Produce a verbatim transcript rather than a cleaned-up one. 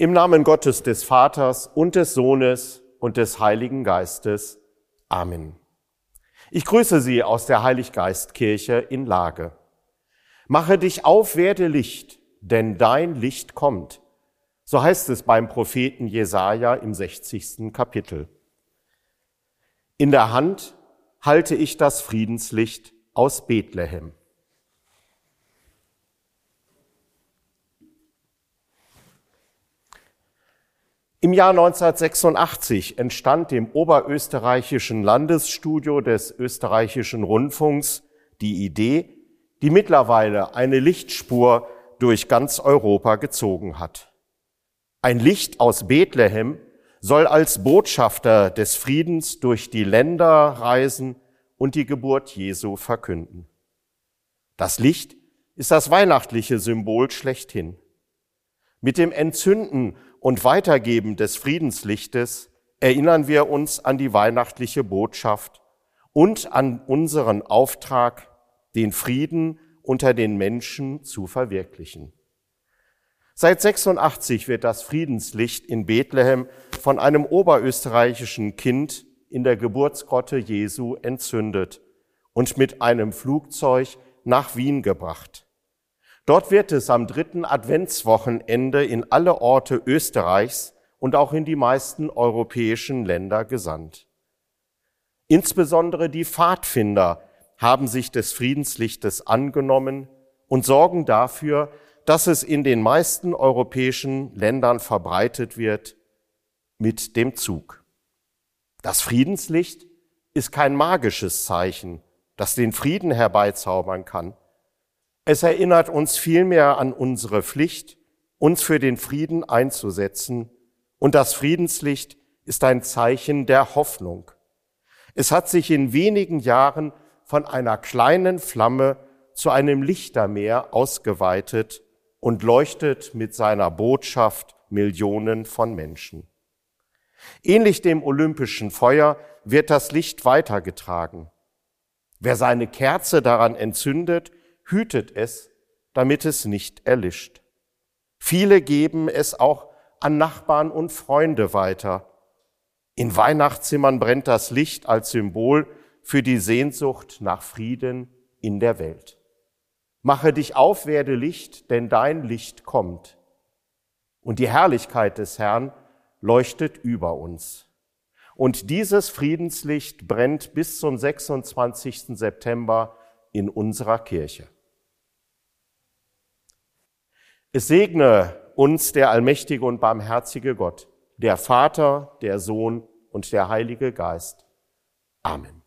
Im Namen Gottes, des Vaters und des Sohnes und des Heiligen Geistes. Amen. Ich grüße Sie aus der Heiliggeistkirche in Lage. Mache dich auf, werde Licht, denn dein Licht kommt. So heißt es beim Propheten Jesaja im sechzigsten Kapitel. In der Hand halte ich das Friedenslicht aus Bethlehem. Im Jahr neunzehnhundertsechsundachtzig entstand im oberösterreichischen Landesstudio des österreichischen Rundfunks die Idee, die mittlerweile eine Lichtspur durch ganz Europa gezogen hat. Ein Licht aus Bethlehem soll als Botschafter des Friedens durch die Länder reisen und die Geburt Jesu verkünden. Das Licht ist das weihnachtliche Symbol schlechthin. Mit dem Entzünden und Weitergeben des Friedenslichtes erinnern wir uns an die weihnachtliche Botschaft und an unseren Auftrag, den Frieden unter den Menschen zu verwirklichen. Seit sechsundachtzig wird das Friedenslicht in Bethlehem von einem oberösterreichischen Kind in der Geburtsgrotte Jesu entzündet und mit einem Flugzeug nach Wien gebracht. Dort wird es am dritten Adventswochenende in alle Orte Österreichs und auch in die meisten europäischen Länder gesandt. Insbesondere die Pfadfinder haben sich des Friedenslichtes angenommen und sorgen dafür, dass es in den meisten europäischen Ländern verbreitet wird mit dem Zug. Das Friedenslicht ist kein magisches Zeichen, das den Frieden herbeizaubern kann. Es erinnert uns vielmehr an unsere Pflicht, uns für den Frieden einzusetzen. Und das Friedenslicht ist ein Zeichen der Hoffnung. Es hat sich in wenigen Jahren von einer kleinen Flamme zu einem Lichtermeer ausgeweitet und leuchtet mit seiner Botschaft Millionen von Menschen. Ähnlich dem olympischen Feuer wird das Licht weitergetragen. Wer seine Kerze daran entzündet, hütet es, damit es nicht erlischt. Viele geben es auch an Nachbarn und Freunde weiter. In Weihnachtszimmern brennt das Licht als Symbol für die Sehnsucht nach Frieden in der Welt. Mache dich auf, werde Licht, denn dein Licht kommt. Und die Herrlichkeit des Herrn leuchtet über uns. Und dieses Friedenslicht brennt bis zum sechsundzwanzigsten September in unserer Kirche. Es segne uns der allmächtige und barmherzige Gott, der Vater, der Sohn und der Heilige Geist. Amen.